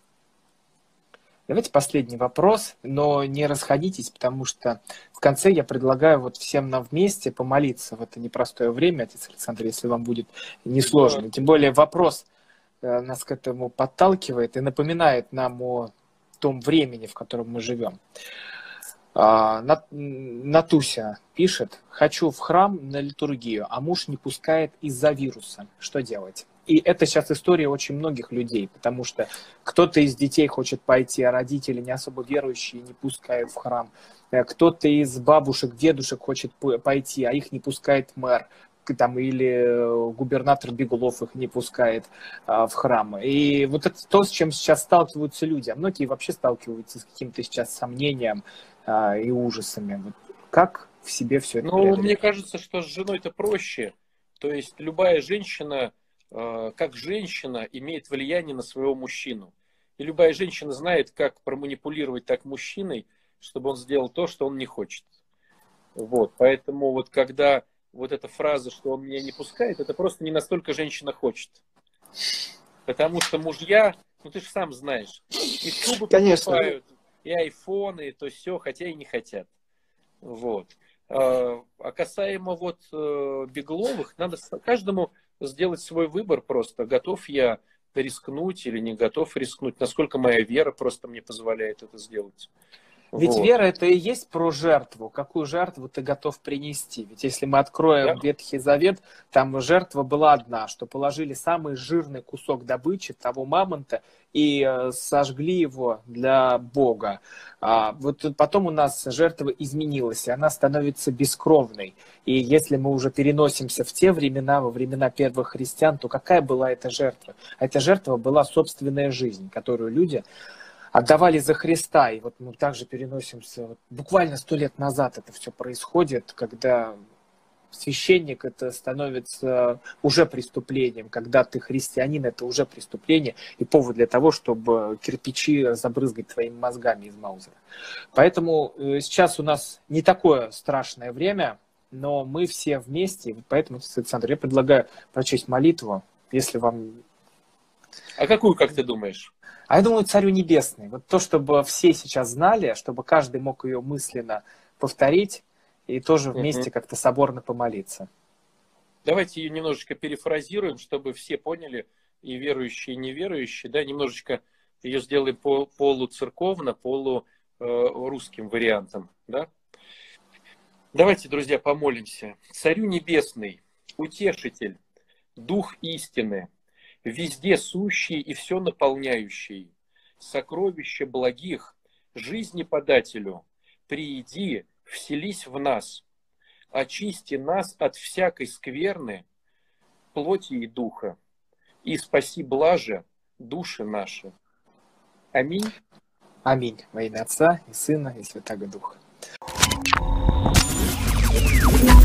Speaker 2: Давайте последний вопрос, но не расходитесь, потому что в конце я предлагаю вот всем нам вместе помолиться в это непростое время, отец Александр, если вам будет несложно. Тем более вопрос нас к этому подталкивает и напоминает нам о том времени, в котором мы живем. Натуся пишет: хочу в храм на литургию, а муж не пускает из-за вируса. Что делать? И это сейчас история очень многих людей, потому что кто-то из детей хочет пойти, а родители не особо верующие, не пускают в храм. Кто-то из бабушек, дедушек хочет пойти, а их не пускает мэр там, или губернатор Беглов их не пускает в храм. И вот это то, с чем сейчас сталкиваются люди. А многие вообще сталкиваются с каким-то сейчас сомнением и ужасами. Вот как в себе все это преодолеть?
Speaker 1: Мне кажется, что с женой-то проще. То есть любая женщина, как женщина, имеет влияние на своего мужчину. И любая женщина знает, как проманипулировать так мужчиной, чтобы он сделал то, что он не хочет. Вот. Поэтому вот когда вот эта фраза, что он меня не пускает, это просто не настолько женщина хочет. Потому что мужья, ты же сам знаешь, и шубы покупают, и айфоны, и то все, хотя и не хотят. Вот. А касаемо вот Бегловых, надо каждому сделать свой выбор просто. Готов я рискнуть или не готов рискнуть, насколько моя вера просто мне позволяет это сделать.
Speaker 2: Ведь вера это и есть про жертву. Какую жертву ты готов принести? Ведь если мы откроем Ветхий Завет, там жертва была одна, что положили самый жирный кусок добычи, того мамонта, и сожгли его для Бога. Вот потом у нас жертва изменилась, и она становится бескровной. И если мы уже переносимся в те времена, во времена первых христиан, то какая была эта жертва? Эта жертва была собственная жизнь, которую люди отдавали за Христа. И вот мы также переносимся, вот буквально 100 лет назад это все происходит, когда священник это становится уже преступлением, когда ты христианин, это уже преступление и повод для того, чтобы кирпичи забрызгать твоими мозгами из маузера. Поэтому сейчас у нас не такое страшное время, но мы все вместе, поэтому, Александр, я предлагаю прочесть молитву, если вам...
Speaker 1: А какую, как ты думаешь?
Speaker 2: А я думаю, Царю Небесный. Вот то, чтобы все сейчас знали, чтобы каждый мог ее мысленно повторить и тоже вместе как-то соборно помолиться.
Speaker 1: Давайте ее немножечко перефразируем, чтобы все поняли, и верующие, и неверующие, да, немножечко ее сделаем полуцерковно, полурусским вариантом, да. Давайте, друзья, помолимся. Царю Небесный, Утешитель, Дух истины, везде сущий и все наполняющий, сокровище благих, жизни подателю, прииди, вселись в нас, очисти нас от всякой скверны, плоти и духа, и спаси блаже души наши. Аминь.
Speaker 2: Аминь. Во имя Отца и Сына и Святаго Духа.